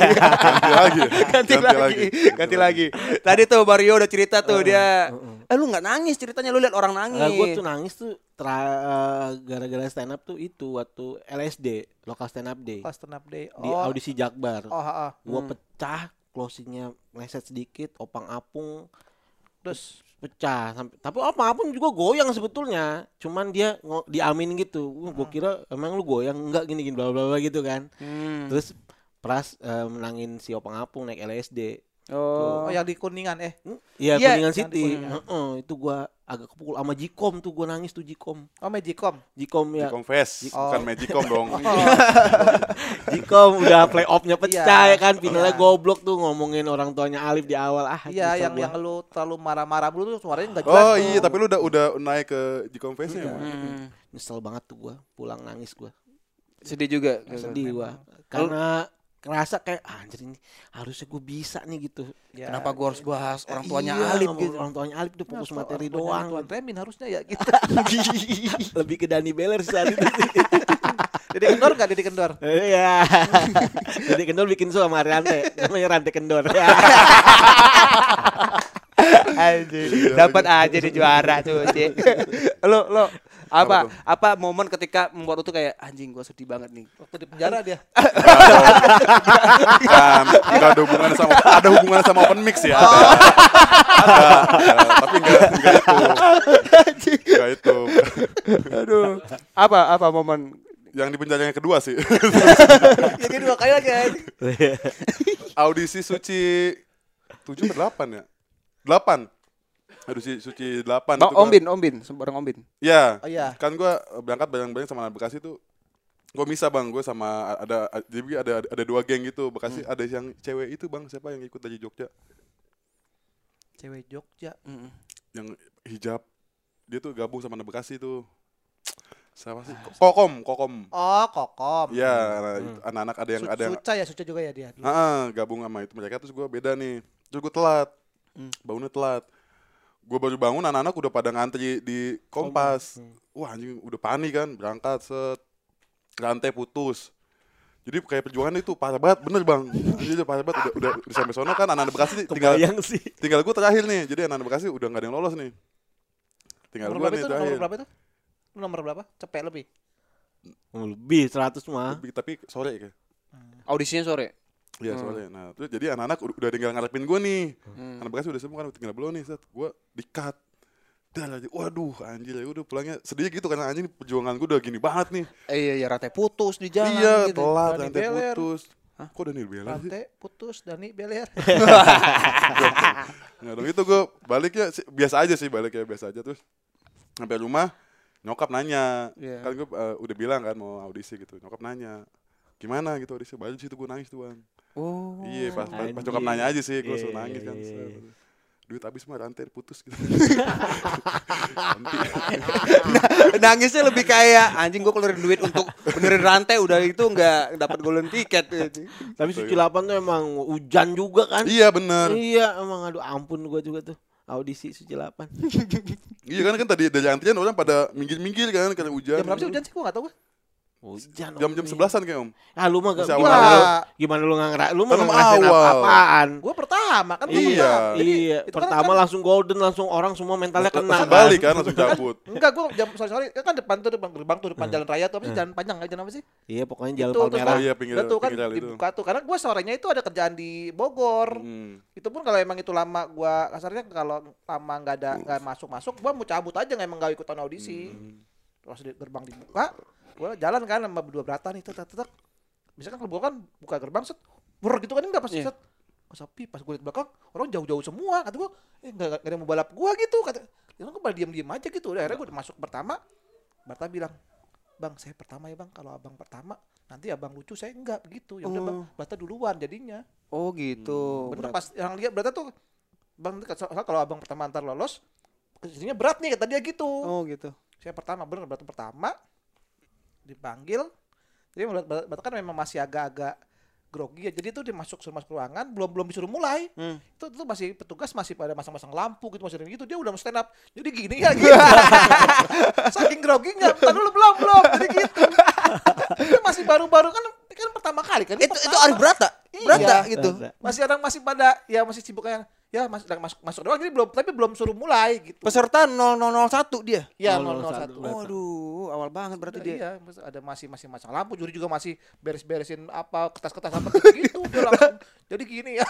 Ganti lagi. Tadi tuh Mario udah cerita tuh dia. Lu nggak nangis ceritanya, lu lihat orang nangis. Gue tuh nangis tuh gara-gara stand up tuh itu waktu LSD, Local Stand Up Day. Di audisi Jakbar. Gue pecah, closingnya meleset sedikit, opang apung, terus pecah tapi apapun juga goyang sebetulnya, cuman dia diamin gitu. Gue kira emang lu goyang enggak gini bla bla bla gitu kan. Terus Pras menangin si Opang Apung naik LSD. Oh yang di Kuningan Iya Kuningan City. Itu gua agak kepukul sama Jikom tuh, gua nangis tuh Jikom. Oh Magicom ya. Jikom Fest, bukan Magicom dong. Jikom udah playoff-nya pecah ya kan, finalnya goblok tuh ngomongin orang tuanya Alif di awal. Iya yang lu terlalu marah-marah dulu tuh suaranya enggak jelas. Oh iya, tapi lu udah naik ke Jikom Fest-nya. Nyesel banget tuh gua, pulang nangis gua. Sedih juga. Sedih gua. Karena ngerasa kayak anjir ini harusnya gue bisa nih gitu. Ya, kenapa gue harus bahas orang tuanya Alif gitu? Orang tuanya Alif udah fokus materi doang. Tuan Remin harusnya ya gitu. Lebih ke Dani Beller saat itu. Dede Kendor enggak Dede Kendor? Iya. Dede Kendor bikin show sama Rante. Namanya Rante Kendor. Anjir, dapat aja di juara tuh, Ci. Lo apa momen ketika membuat lu tuh kayak anjing gua sedih banget nih. Waktu di penjara dia. Enggak ada hubungan sama open mix ya. Tapi enggak itu. Aduh. Apa momen yang di penjara yang kedua sih. Jadi 2 kali lagi anjing. Audisi Suci 7 atau 8 ya? 8. Audisi Suci 8 itu. Ombin, bareng Ombin. Iya. Oh iya. Kan gua berangkat bareng-bareng sama anak Bekasi tuh. Gua misah Bang, gue sama ada 2 geng gitu. Bekasi ada yang cewek itu Bang, siapa yang ikut dari Jogja? Cewek Jogja. Yang hijab. Dia tuh gabung sama anak Bekasi tuh. Siapa sih? Kokom. Oh, Kokom. Iya, anak-anak ada yang Suca juga ya dia. Gabung sama itu mereka, terus gue beda nih. Terus gue telat. Bangunnya telat. Gue baru bangun, anak-anak udah pada ngantri di Kompas. Wah anjing, udah panik kan, berangkat set. Rantai putus. Jadi kayak perjuangan itu parah banget, bener Bang. Jadi parah banget, udah sampai sono kan anak-anak Bekasi tinggal gue terakhir nih. Jadi anak-anak Bekasi udah gak ada yang lolos nih. Tinggal gue nih terakhir. Nomor berapa itu? Lu nomor berapa? Cepet lebih. Lebih 100 mah. Lebih, tapi sore kayak. Audisinya sore. Iya sore. Nah terus jadi anak-anak udah tinggal ngarepin gue nih. Anak bekas udah semua kan tinggal belum nih. Set gue di-cut. Dan aja, waduh anjir ya udah pulangnya sedih gitu karena anjing perjuangan gue udah gini banget nih. Iya rantai putus di jalan. Iya gitu. telat Dani rantai Beler. putus. Hah? Kok Daniel Beler sih? Rantai putus Dani Beler. Nah dong itu gue baliknya biasa aja sih baliknya biasa aja terus sampai rumah nyokap nanya kan gue udah bilang kan mau audisi gitu nyokap nanya gimana gitu audisi balik situ gue nangis tuh bang. Oh. Iya pas nyokap nanya aja sih gue langsung nangis kan. Duit habis mah rantai putus gitu. Nangisnya lebih kayak anjing gue keluarin duit untuk benerin rantai udah itu nggak dapat golden ticket. Tapi Suci 8 tuh emang hujan juga kan? Iya benar. Iya, emang aduh ampun gua juga tuh audisi Suci 8. Iya kan tadi dari antrian orang pada minggir-minggir kan karena hujan. Jam berapa sih hujan sih? Gua nggak tahu. Hujan. Jam 11-an kayak Om. Ah lu mah Masih gimana lu nggak lu mah Kan ngerasain awal. apa-apaan? Gua pertama kan. Iya. Iya, itu kan pertama langsung golden langsung orang semua mentalnya kena. Langsung balik kan langsung cabut. Enggak, gua jam sorry kan depan gerbang tuh depan jalan raya tuh apa sih jalan panjang jalan apa sih? Iya, pokoknya jalan Itu, Palmerah. Oh iya pinggir Betul kan pinggir jalan itu. dibuka tuh karena gua sorenya itu ada kerjaan di Bogor. Itu pun kalau emang itu lama gua kasarnya kalau lama nggak masuk gua mau cabut aja nggak emang nggak ikutan audisi. Terus di gerbang dibuka, gua jalan kan sama berdua berata nih tetek. Misalkan kalau gua kan buka gerbang set, gitu kan enggak pas set. Kok sepi pas gue liat belakang orang jauh-jauh semua kata gue nggak ada yang mau balap gue gitu kata ya gue malah diem aja gitu udah akhirnya gue masuk pertama Barta bilang bang saya pertama ya bang kalau abang pertama nanti abang lucu saya enggak begitu ya udah bang Barta duluan jadinya Oh gitu. bener pas yang lihat Barta tuh bang nanti kalau abang pertama antar lolos jadinya berat nih kata dia gitu Oh gitu. saya pertama bener Barta pertama dipanggil jadi Barta kan memang masih agak-agak grogi ya. Jadi itu dia suruh masuk ruangan belum disuruh mulai. Itu masih petugas masih pada masang-masang lampu gitu masih gitu dia udah mau stand up. Jadi gini ya gitu. Saking groginya, entar dulu belum. Jadi gitu. Itu masih baru-baru kan pertama kali kan. Itu Arif Brata. Brata gitu. Masih orang masih pada ya masih sibuk yang ya masuk doang jadi belum suruh mulai gitu. Peserta 0001 dia. Iya 001. Waduh, awal banget berarti dia. Iya, ada masih masang lampu, juri juga masih beres-beresin apa kertas-kertas apa gitu dia langsung. Jadi gini ya.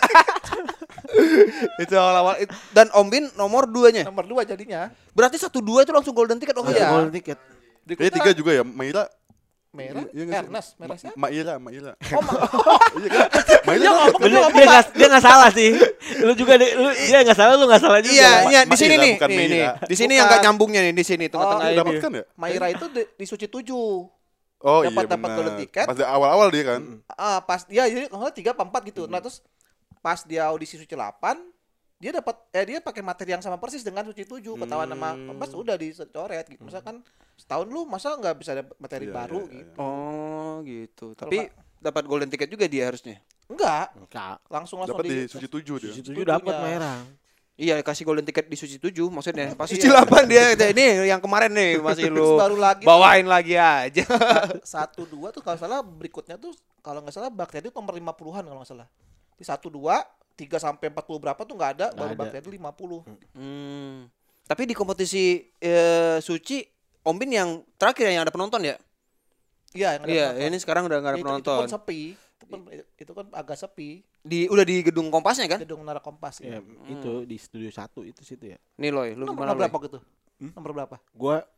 Itu awal-awal dan Om Bin nomor 2-nya. Nomor 2 jadinya. Berarti 1-2 itu langsung golden ticket Om Bin. Iya. Golden ticket. Kayaknya 3 juga ya, Maira. Merah, Iya nggak sih? Ernest, merah siapa? Maira. Oh, Iya kan? Maira kan? Dia nggak salah sih. Lu juga dia nggak salah, lu nggak salah juga. Iya, di sini Maira, nih. bukan Nih. Maira. Di sini Bukan. yang gak nyambungnya nih di sini tengah-tengah Udah ini. dapat kan ya? Maira itu di Suci 7. Oh iya dapat benar. golden ticket. Pas di awal-awal dia kan. Pas dia jadi kalau 3 apa 4 gitu. Nah, terus pas dia audisi Suci 8, dia dapat dia pakai materi yang sama persis dengan Suci 7. Ketahuan sama Mas udah dicoret gitu. Misalkan setahun lu masa nggak bisa ada materi baru gitu. Oh, gitu. Tapi dapat golden ticket juga dia harusnya. Enggak, Enggak. langsung Dapat di Suci 7 dia. Suci 7 dapat merah. Iya, kasih golden ticket di Suci 7 maksudnya. Pas Suci 8 dia ini yang kemarin nih masih lu baru lagi bawain lagi aja. 1 2 tuh kalau salah berikutnya tuh kalau nggak salah bakteri itu nomor 50-an kalau nggak salah. Di 1 2 3 sampai 40 berapa tuh nggak ada, baru bakteri itu 50. Tapi di kompetisi Suci Om Bin yang terakhir yang ada penonton ya? Iya, yang ada Iya, penonton. ini sekarang udah nggak ada Itu penonton. pun sepi. Itu kan agak sepi. Udah di gedung Kompasnya kan? Gedung Menara Kompas Ya, ya. itu di studio 1 itu situ ya. Nih Loy, lu Nomor gimana Loy? berapa gitu? Nomor berapa? Gua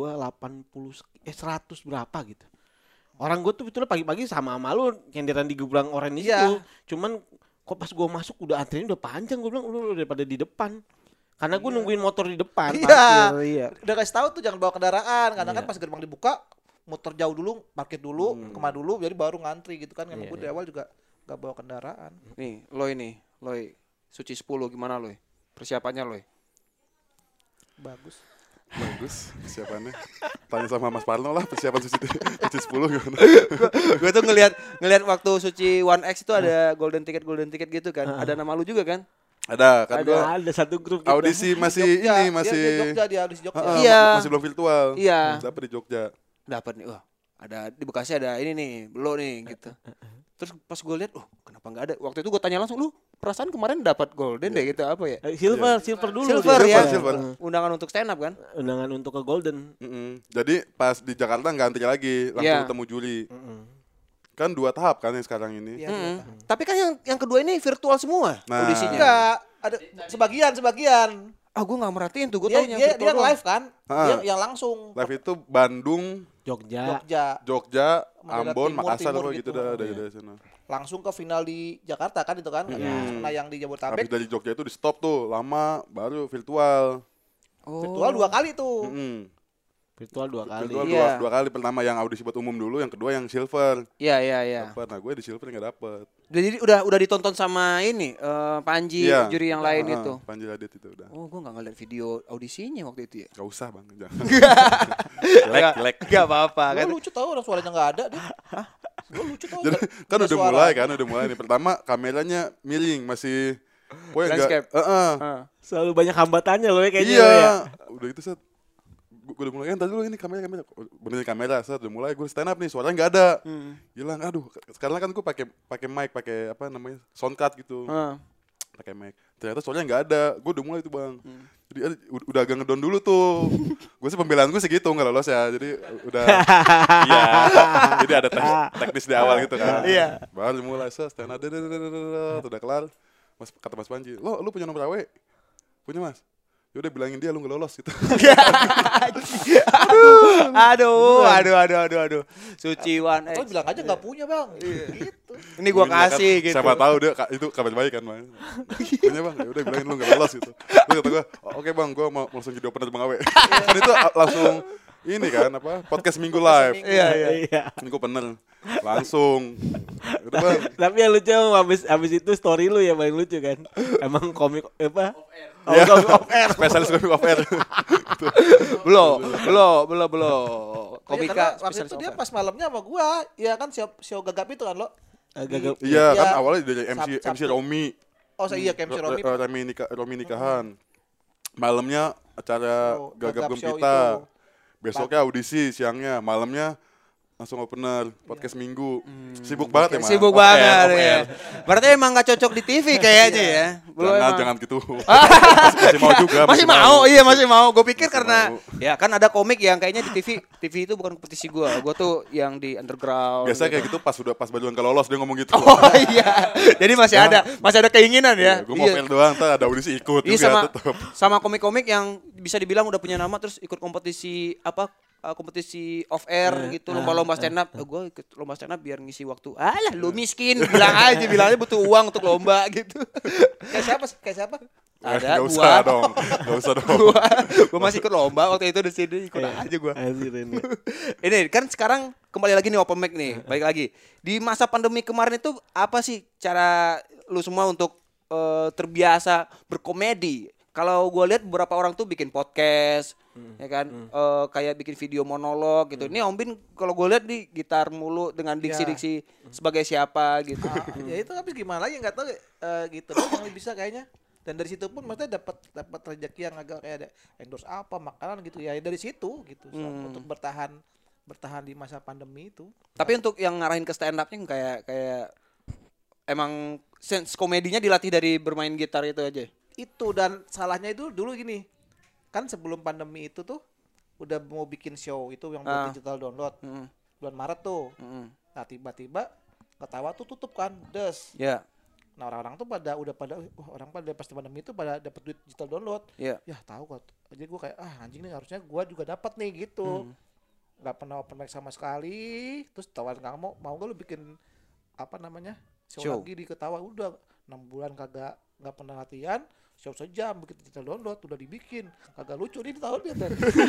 100 berapa gitu. Orang gue tuh betulnya pagi-pagi sama lu kenderan di gerbang oranye Iya. itu. Cuman kok pas gua masuk udah antriannya udah panjang, gua bilang udah daripada di depan. Karena gue nungguin motor di depan. Iya. parkir, iya. Udah kasih tahu tuh jangan bawa kendaraan karena kan pas gerbang dibuka motor jauh dulu, parkir dulu, kemana dulu jadi baru ngantri gitu kan. Emang gue dari awal juga gak bawa kendaraan. Nih, Loy Suci 10 gimana Loy? Persiapannya Loy? Bagus. Bagus persiapannya. Tanya sama Mas Parno lah persiapan Suci 10 gimana. Gue tuh ngelihat waktu Suci 1X itu ada golden ticket gitu kan. Ada nama lu juga kan? Ada kan gua Ada satu grup kita. audisi masih Jogja, ini masih dia Jogja, dia audisi Jogja. Iya. masih belum virtual. Iya. Dapat di Jogja. Dapat nih, wah ada di Bekasi ada ini nih, belum nih gitu. Terus pas gue lihat, kenapa nggak ada? Waktu itu gue tanya langsung, lu perasaan kemarin dapat golden deh gitu apa ya? Silver dulu. Silver dia. ya. Silver. Undangan untuk stand up kan? Undangan untuk ke golden. Jadi pas di Jakarta nggak antri lagi, langsung ketemu juri. Kan 2 tahap kan yang sekarang ini. Tapi kan yang kedua ini virtual semua audisinya. Enggak, ada sebagian. Gue nggak merhatiin tuh, gue Dia, taunya dia, virtual dia doang. live kan? Dia yang langsung Live itu Bandung, Jogja. Jogja, Madura Ambon, Timur, Makassar Timur gitu gitu. dah dari sana. langsung ke final di Jakarta kan itu kan. Nah, yang di Habis Jabodetabek dari Jogja itu di stop tuh lama, baru virtual. virtual 2 kali tuh. Virtual 2 kali. Virtual Iya. dua kali. Pertama yang audisi buat umum dulu, yang kedua yang silver. Iya. Dapet. Nah gue di silver nggak dapet. Jadi udah ditonton sama ini Panji, Iya. juri yang lain itu. Panji Radit itu udah. Oh, gue nggak ngeliat video audisinya waktu itu ya. Gak usah bang, jangan. Jelek. Gak apa-apa kan. Gue lucu tau orang suaranya nggak ada deh. Gue lucu tau. Jadi kan udah mulai nih. Pertama kameranya miring masih. Pokoknya Landscape. Selalu banyak hambatannya loh ya kayaknya. Iya. Ya. Udah itu set. Gue udah mulai kan tadi dulu ini kamera. Benerin kamera set udah mulai gue stand up nih suaranya nggak ada. Hilang. Aduh. Sekarang kan gue pakai mic, pakai apa namanya sound card gitu. Pakai mic. Ternyata suaranya nggak ada. Gue udah mulai itu bang. Jadi udah agak ngedon dulu tuh. Gue sih pembelaan gue segitu nggak lolos ya. Jadi udah. Iya. Jadi ada teknis di awal gitu kan. Iya. Baru mulai stand up. Udah kelar. Kata Mas Panji, lu punya nomor AW? Punya Mas. Yaudah bilangin dia lu gak lolos gitu. Aduh. Suciwan. Lo bilang aja nggak punya bang. Gitu. Ini gua kasih gitu. Siapa tahu dia itu kabar baik kan Mas. Punya bang, yaudah bilangin lu gak lolos gitu. Terus kata gue, oke bang, gue mau langsung jadi opener Bang Awe. Kan itu langsung ini kan apa podcast minggu live. Iya. Ini gue bener langsung. Udah bang. Tapi yang lucu habis itu story lu yang paling lucu kan. Emang komik apa? Ya, spesialis komik off air. Belum. Komika Waktu itu dia pas malamnya sama gua, ya kan show gagap itu kan lo. Agak Iya kan Ya, awalnya dari MC Sabtu. Romi. Oh iya MC Romi. Romi nikahan. Malamnya acara Oh, gagap show Gempita. itu. Besoknya audisi siangnya, malamnya langsung opener podcast minggu. Sibuk banget ya, Mas. Sibuk Off air, banget off ya. air. Berarti emang gak cocok di TV kayaknya ya. Jangan gitu. Masih mau juga. Masih mau, iya masih mau. Gue pikir Masih karena mau. ya kan ada komik yang kayaknya di TV itu bukan kompetisi gue. Gue tuh yang di underground. Biasanya kayak gitu pas baruan ke lolos dia ngomong gitu. Oh iya. Jadi masih ada keinginan ya. Gue mau fail doang, ntar ada audisi ikut Iya juga tetep. sama komik-komik yang bisa dibilang udah punya nama terus ikut kompetisi kompetisi off air gitu, lomba-lomba stand up. Gue ikut lomba stand up biar ngisi waktu. Alah lu miskin, bilangnya butuh uang untuk lomba gitu. Kayak siapa? Ada Gak usah dong. Gue masih ikut lomba waktu itu di sini, ikut aja gue. Ini kan sekarang kembali lagi nih open mic nih, balik lagi. Di masa pandemi kemarin itu apa sih cara lu semua untuk terbiasa berkomedi? Kalau gue lihat beberapa orang tuh bikin podcast, ya kan, kayak bikin video monolog gitu. Ini Om Bin kalau gue lihat di gitar mulu dengan diksi-diksi sebagai siapa gitu. Ya itu habis gimana lagi nggak tahu gitu doang yang bisa kayaknya. Dan dari situ pun maksudnya dapat rezeki yang agak kayak ada endorse apa makanan gitu ya dari situ gitu untuk bertahan di masa pandemi itu. Tapi untuk yang ngarahin ke stand up-nya kayak emang sense komedinya dilatih dari bermain gitar itu aja. Itu dan salahnya itu dulu gini. Kan sebelum pandemi itu tuh udah mau bikin show itu yang buat digital download. Bulan Maret tuh. Nah, tiba-tiba Ketawa tuh tutup kan, des. Iya. Nah, orang-orang tuh orang pada pas pandemi itu pada dapat duit digital download. Iya. Ya, tahu kok. Jadi gue kayak anjing nih harusnya gue juga dapat nih gitu. Nggak pernah open mic sama sekali. Terus tawarin Kang mau gak lu bikin apa namanya? Show lagi di Ketawa. Udah 6 bulan kagak nggak pernah latihan. Show sejam begitu digital download udah dibikin. Kagak lucu nih tahun dia.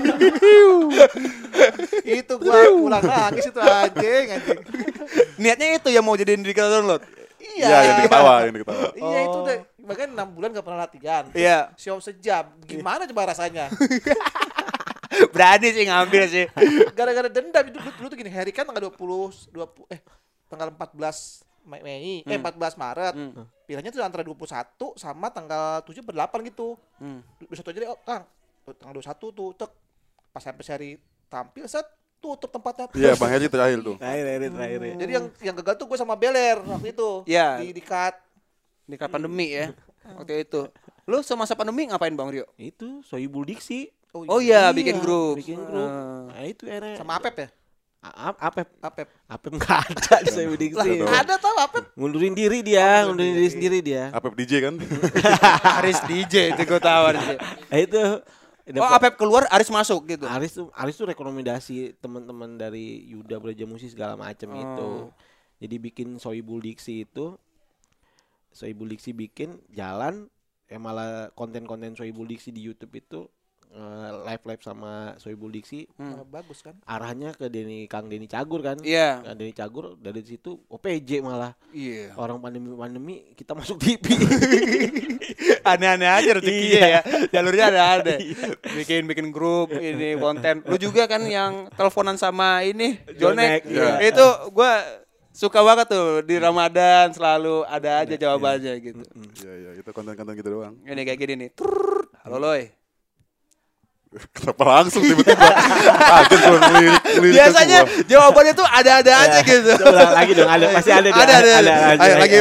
Itu gua pulang nangis itu anjing. Niatnya itu yang mau jadiin digital download. Iya, yang diketawa. Iya itu deh. Bahkan 6 bulan gak pernah latihan. Iya. Show sejam. Gimana coba rasanya? Berani sih ngambil sih. Gara-gara dendam dulu tuh gini, Harry kan tanggal tanggal 14 Mei, 14 Maret. Pilihannya tuh antara 21 sama tanggal 7 ber-8 gitu. 21 aja deh, Kang. Tanggal 21 tuh, tek. Pas sampai Harry tampil, set tutup tempatnya. Iya, Bang Heri terakhir tuh. Terakhir. Jadi yang gagal tuh gue sama Beler waktu itu. Iya. Di cut. Di pandemi ya. Waktu itu. Lu semasa pandemi ngapain Bang Rio? Itu Sohibul Diksi. Oh iya, bikin grup. Bikin grup. Nah, itu era Sama Apep ya? Apep Apep. enggak ada di Sohibul Diksi. Ada tau Apep. Ngundurin diri dia, ngundurin diri sendiri dia. Apa DJ kan? Aris DJ itu gue tahu. Nah, itu Oh, Apep keluar, Aris masuk gitu. Aris tuh rekomendasi teman-teman dari Yuda Belajar Musik segala macam itu. Jadi bikin Sohibul Diksi itu. Sohibul Diksi bikin jalan malah konten-konten Sohibul Diksi di YouTube itu live sama Sohibul Diksi Bagus kan? arahnya ke Kang Denny Cagur kan. Iya. Kang Denny Cagur dari situ OPJ malah. Iya. Orang pandemi kita masuk TV. Aneh-aneh aja rezekinya ya. Jalurnya ada. Bikin grup ini konten. Lu juga kan yang teleponan sama ini Jonek. Iya. Itu gua suka banget tuh di Ramadan selalu ada aja jawabannya gitu. Iya, itu konten-konten gitu doang. Ini kayak gini nih. Halo Loy. Kenapa langsung tiba-tiba? Kaget gue ngelirik. Biasanya jawabannya tuh ada-ada aja gitu. Ulang lagi dong, ada pasti ada. Ada. Ayo lagi.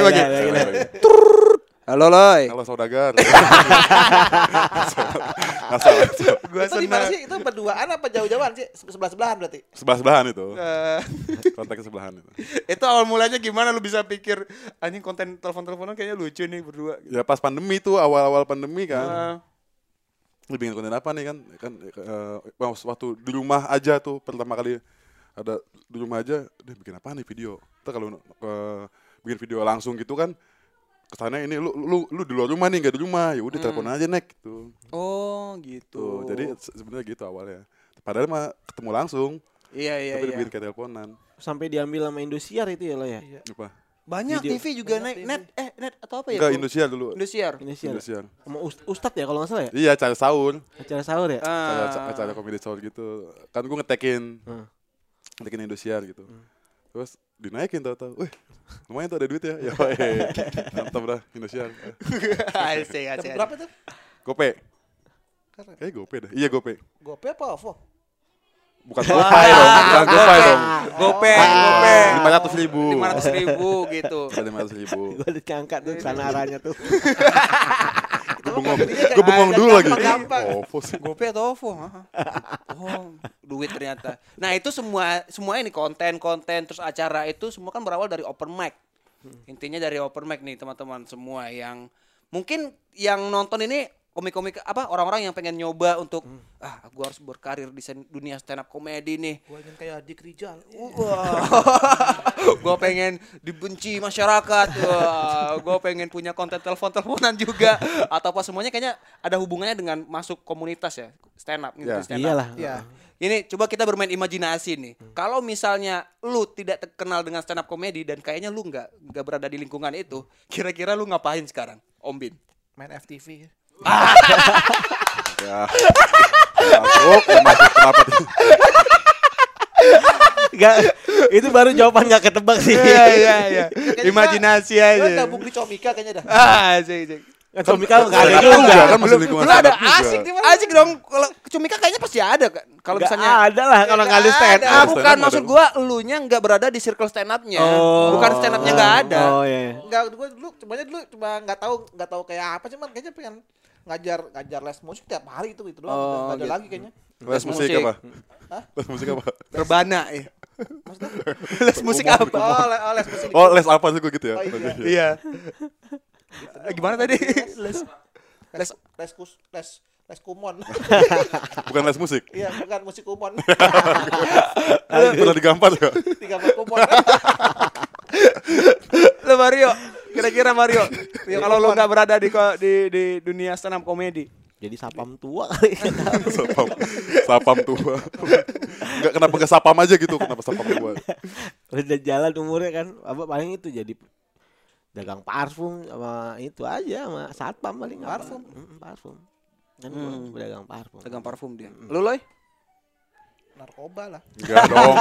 Halo Loy. Halo saudagar. Gua Itu di mana sih? Itu berduaan apa jauh-jauhan sih? Sebelah-sebelahan berarti? Sebelah-sebelahan itu. Kontak sebelahan itu. Itu awal mulanya gimana lu bisa pikir anjing konten telepon-teleponan kayaknya lucu nih berdua gitu. Ya pas pandemi tuh, awal-awal pandemi kan. Lu bikin konten apa nih kan waktu di rumah aja tuh pertama kali ada di rumah aja, bikin apa nih video. Terus kalau bikin video langsung gitu kan kesannya ini lu di luar rumah nih, nggak di rumah, ya udah telepon aja Nek gitu. Oh gitu. Jadi sebenarnya gitu awalnya. Padahal mah ketemu langsung. Iya. Tapi dibikin kayak teleponan. Sampai diambil sama Indosiar itu ya lo ya. Apa? Banyak Video. TV juga net atau apa ya? Enggak, Indosiar dulu. Indosiar. Indosiar. Sama Ustadz ya kalau nggak salah ya. Iya, acara sahur. Acara sahur ya. Acara komedi sahur gitu. Kan gue ngetekin Indosiar gitu. Terus dinaikin tau. Wih, lumayan tuh ada duit ya. Ya mantap dah Indosiar. Asik. Berapa tuh? Gope. Kayaknya Gope dah. Iya Gope. Gope apa OVO? Bukan Gopay dong. Bukan Gopay dong. Gope. 500.000 gitu. 500.000. Gue udah ngangkat tuh sana arahnya tuh. Gue bengong dulu lagi. OVO sih. Gope atau OVO? Oh, duit ternyata. Nah, itu semua ini konten terus acara itu semua kan berawal dari open mic. Intinya dari open mic nih, teman-teman semua yang mungkin yang nonton ini komik-komik apa orang-orang yang pengen nyoba untuk gue harus berkarir di dunia stand up komedi nih. Gue ingin kayak Dik Rijal. Gue pengen dibenci masyarakat. Gue pengen punya konten telepon-teleponan juga. Atau apa semuanya kayaknya ada hubungannya dengan masuk komunitas ya stand up gitu. Ya. Stand up. Iyalah. Iya. Ini coba kita bermain imajinasi nih. Kalau misalnya lu tidak terkenal dengan stand up komedi dan kayaknya lu nggak berada di lingkungan itu, kira-kira lu ngapain sekarang, Om Bin? Main FTV. Ya. Masuk kenapa tuh? Enggak, itu baru jawaban enggak ketebak sih. Iya. Imajinasi Gue aja. gabung di Comika kayaknya dah. Asik. Comika enggak ada Enggak juga. kan masih lingkungan Lu ada stand up juga. Asik di mana? Asik dong. Kalau Cumika kayaknya pasti ada kan. Kalau Enggak misalnya ada lah kalau enggak ada stand up. bukan Stand up maksud ada. gua elunya nggak berada di circle stand up-nya. Bukan stand up-nya enggak ada. Oh iya. Enggak, gue dulu cuma nggak tahu kayak apa, cuman kayaknya pengen ngajar les musik tiap hari itu doang. Nggak ada gitu. lagi kayaknya. Les musik musik. apa? Hah? Les musik apa? Rebana ya. Les musik apa? Oh, les musik. Oh, les apa sih gue gitu ya? Oh, iya. Iya. Gimana tadi? Les kumon. Bukan les musik. Iya, bukan musik kumon. Pernah digampar ya? 3 kumon. Lo Mario, kira-kira Mario, kalau lo nggak berada di dunia stand up komedi, Jadi sapam tua kali. Sapam tua. Kenapa nggak sapam aja gitu? Kenapa sapam tua? Udah jalan umurnya kan, apa paling itu jadi dagang parfum sama itu aja sama satpam paling Parfum. Parfum. Kan gua pedagang parfum. pegang parfum dia. Lo Loy? Narkoba lah. Enggak dong.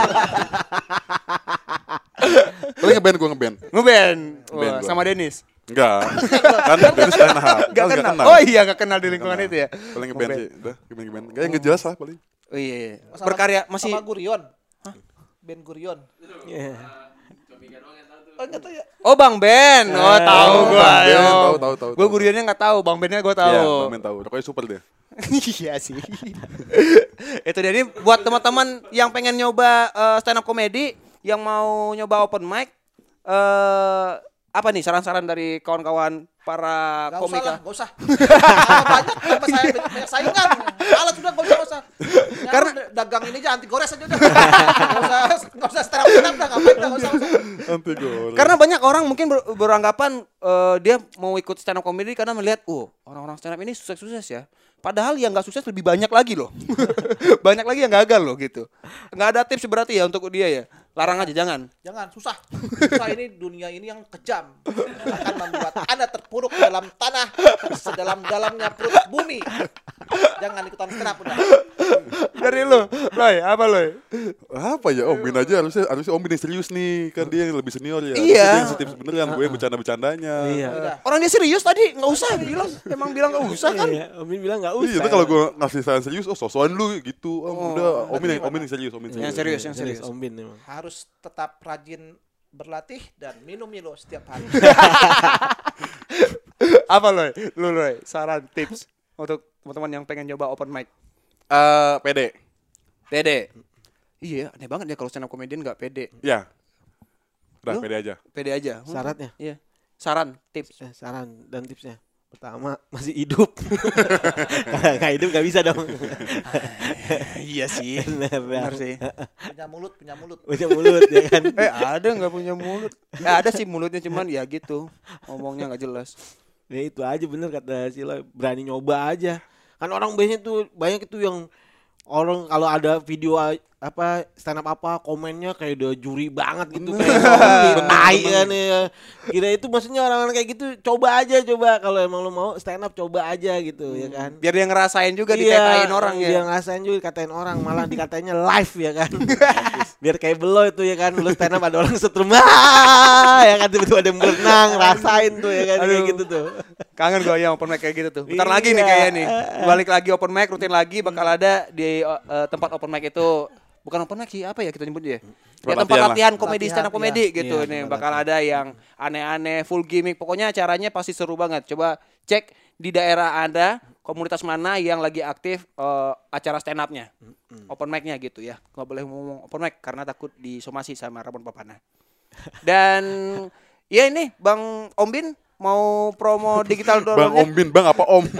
Paling ngeband gue ngeband. Ngeband. Ngeband gua. Sama Dennis. Enggak. Kan Dennis stand up. Gak Kan kenal. Oh iya gak kenal di lingkungan itu ya. Paling ngeband sih. Udah, ngeband. Enggak yang jelas lah paling. Oh iya. Berkarya masih. Sama Gurion. Hah? Ben Gurion. Iya. Oh, enggak tahu ya. Oh, Bang Ben. Oh, tahu gua. Bang Ben, Ayo. tahu. Gua Guriannya enggak tahu, Bang Bennya gua tahu. Iya, Bang Ben tahu. Pokoknya super dia. Iya sih. Itu dia, ini buat teman-teman yang pengen nyoba stand up comedy, yang mau nyoba open mic, apa nih saran-saran dari kawan-kawan para Gak usah komika? lah, gak usah. Kalau banyak, tambah saya banyak saingan. Alat sudah gak usah. Karena dagang ini aja anti gores aja udah. Gak usah stand up dah, ngapain dah, gak usah. Anti goreng. Karena banyak orang mungkin beranggapan dia mau ikut stand up comedy karena melihat, orang-orang stand up ini sukses-sukses ya. Padahal yang nggak sukses lebih banyak lagi loh. Banyak lagi yang gagal loh gitu. Nggak ada tips berarti ya untuk dia ya. Larang aja, jangan. Jangan, susah. Susah ini, dunia ini yang kejam. Akan membuat Anda terpuruk dalam tanah, sedalam-dalamnya perut bumi. Jangan ikutan stand up udah. Dari lo, Loy, apa Loy? Apa ya Om Bin aja harusnya Om Bin yang serius nih, kan dia yang lebih senior ya. Iya. Dia yang tips beneran, gue yang bercanda-bercandanya. Iya. Udah. Orang dia serius tadi, nggak usah bilang. Emang bilang nggak usah kan? Iya, Om Bin bilang nggak usah. Iya, itu kalau gue ngasih saran serius, sosokan lu gitu. Udah, Om Bin yang serius, Om Bin Yang serius, yang serius. Om Bin emang. Harus tetap rajin berlatih dan minum Milo setiap hari. Apa Loy? Lu Loy, saran tips untuk teman-teman yang pengen coba open mic. pede. Pede. Iya, aneh banget ya kalau stand up comedian nggak pede. Ya. Udah, Lu? pede aja. Pede aja. Syaratnya? Iya. Saran, tips. Saran dan tipsnya. Pertama, masih hidup. Kalau nggak hidup nggak bisa dong. Iya sih. Benar sih. Punya mulut. Punya mulut ya kan. Ada nggak punya mulut? Ada sih mulutnya, cuman ya gitu. Ngomongnya nggak jelas. Ya itu aja bener kata Sila, berani nyoba aja. Kan orang banyak itu yang orang kalau ada video apa stand up apa komennya kayak udah juri banget gitu kayak naik kan ya. Kira itu maksudnya orang-orang kayak gitu coba kalau emang lu mau stand up coba aja gitu ya kan. Biar dia ngerasain juga Iya, dikatain orang ya. Dia ngerasain juga dikatain orang, malah dikatanya live ya kan. Biar kayak belo itu ya kan, lu stand up ada orang setrum ya kan tiba-tiba ada yang berenang, rasain tuh ya kan kayak gitu tuh. Kangen gue ya open mic kayak gitu tuh. Bentar Iya. lagi nih kayaknya nih. Balik lagi open mic rutin lagi bakal ada di tempat open mic itu. Bukan open mic sih, apa ya kita nyebut dia? Ya tempat latihan komedi stand up komedi gitu nih. Bakal ada yang aneh-aneh, full gimmick. Pokoknya acaranya pasti seru banget. Coba cek di daerah Anda, komunitas mana yang lagi aktif acara stand up-nya. Open mic-nya gitu ya. Nggak boleh ngomong open mic karena takut disomasi sama Ramon Papana. Dan ya ini Bang Om Bin mau promo digital Bang downloadnya. Om Bin, Bang apa Om?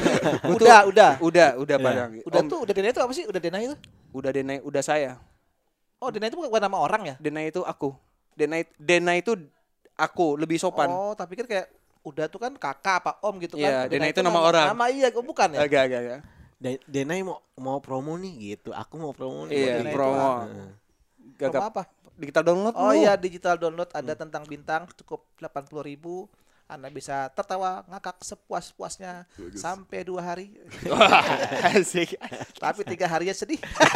Udah Padang. Udah Dena itu apa sih? Udah Dena itu? Udah Denai, udah saya. Oh, Dena itu bukan nama orang ya? Denai itu aku. Dena itu aku, lebih sopan. Oh, tapi kan kayak udah tuh kan kakak apa om gitu kan. Iya, Dena itu nama orang. Nama iya, bukan ya? Agak. Denai mau promo nih gitu. Aku mau promo nih. Iya, Dena itu promo. Promo apa? Digital download. Oh iya, digital download ada tentang bintang cukup 80.000. Anda bisa tertawa ngakak sepuas-puasnya sampai 2 hari. Asik. Tapi 3 harinya sedih.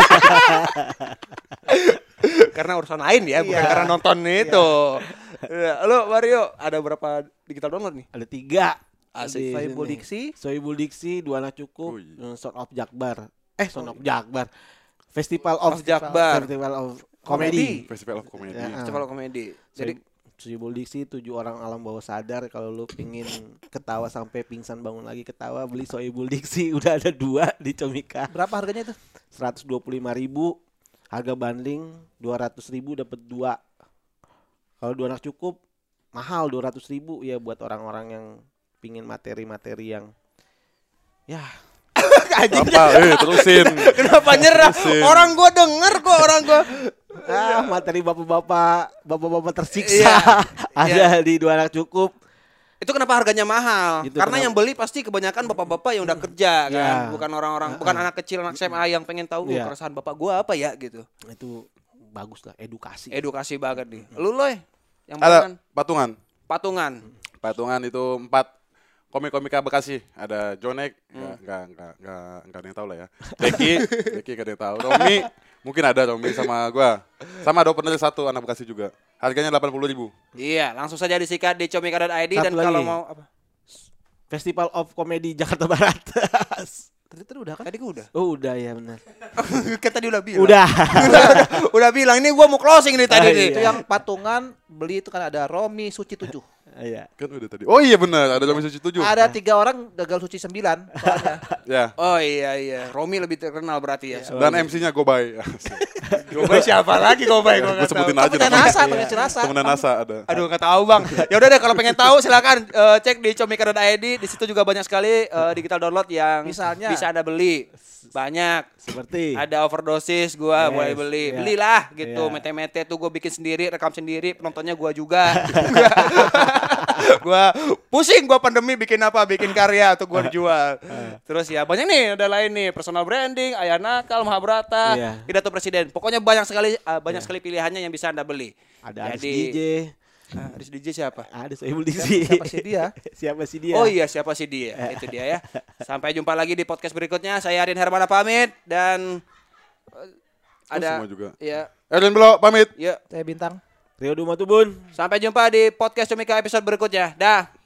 Karena urusan lain ya, bukan Iya. karena nonton itu. Lo Mario, ada berapa digital download nih? Ada 3. Asik. Sohibul Diksi. Sohibul Diksi, 2 Anak Cukup, Oh, iya. Son of Jakbar. Son of Jakbar. Festival of Jakbar. Festival of Comedy. Festival of Comedy. Ya. Festival komedi. Jadi Sohibul Diksi 7 orang alam bawah sadar. Kalau lu pingin ketawa sampai pingsan bangun lagi ketawa, beli Sohibul Diksi. Udah ada 2 di Comika. Berapa harganya itu? 125.000. Harga banding 200.000 dapat 2. Kalau 2 Anak Cukup mahal 200.000 ya buat orang-orang yang pingin materi-materi yang ya Apa? Terusin. kenapa nyerah? Orang gua denger kok, materi bapak-bapak tersiksa ada di 2 Anak Cukup. Itu kenapa harganya mahal? Gitu, Karena kenapa? yang beli pasti kebanyakan bapak-bapak yang udah kerja kan, Ya. bukan orang-orang, bukan anak kecil, anak SMA yang pengen tahu Ya. keresahan bapak gua apa ya gitu. Itu bagus lah, edukasi. Edukasi banget nih. Lu Loy, yang Ada patungan. patungan. Patungan itu 4 komika Bekasi. Ada Jonek, enggak ada yang tahu lah ya. Deki enggak ada yang tahu. Romi, mungkin ada Romi sama gua. Sama ada opener 1 anak Bekasi juga. Harganya 80.000. Iya, langsung saja disikat di comika.id dan Satu lagi. kalau mau apa? Festival of Comedy Jakarta Barat. Tadi udah kan? Tadi gua udah. Oh udah ya benar. Kan tadi udah bilang. Udah. Udah bilang ini gua mau closing nih tadi nih. Itu yang patungan beli itu kan ada Romi Suci 7. Iya. Kan udah tadi. Oh iya benar, ada dalam suci 7. Ada 3 orang gagal suci 9 soalnya. Ya. Oh iya. Romi lebih terkenal berarti ya. Dan MC-nya Gobay. Gobay siapa lagi Gobay gua Gue enggak tahu. sebutin aja Temen namanya. NASA, pengisi rasa. Temenan NASA ada. Aduh nggak tahu bang. Ya udah deh kalau pengen tahu silakan cek di comika.id. Di situ juga banyak sekali digital download yang Misalnya. bisa Anda beli. Banyak. Seperti Ada overdosis gua boleh beli. iya. Belilah gitu. Iya. Mete-mete tuh gua bikin sendiri, rekam sendiri, penontonnya gua juga. Gua pusing gua pandemi bikin apa? Bikin karya tuh gua dijual. Terus ya banyak nih ada lain nih, personal branding, Ayah Nakal, Mahabharata, Iya. Pidato Presiden. Pokoknya banyak sekali pilihannya yang bisa Anda beli. ada Aris Jadi, DJ. Aris DJ siapa? Ada Soebul DJ. Siapa sih dia? Siapa sih dia? Oh iya, siapa sih dia? Itu dia ya. Sampai jumpa lagi di podcast berikutnya. Saya Arin Hermana pamit dan ada semua juga. ya, Erwin Belo pamit. ya. Saya Bintang. Rio Dumatubun. Sampai jumpa di podcast Comika episode berikutnya. Dah.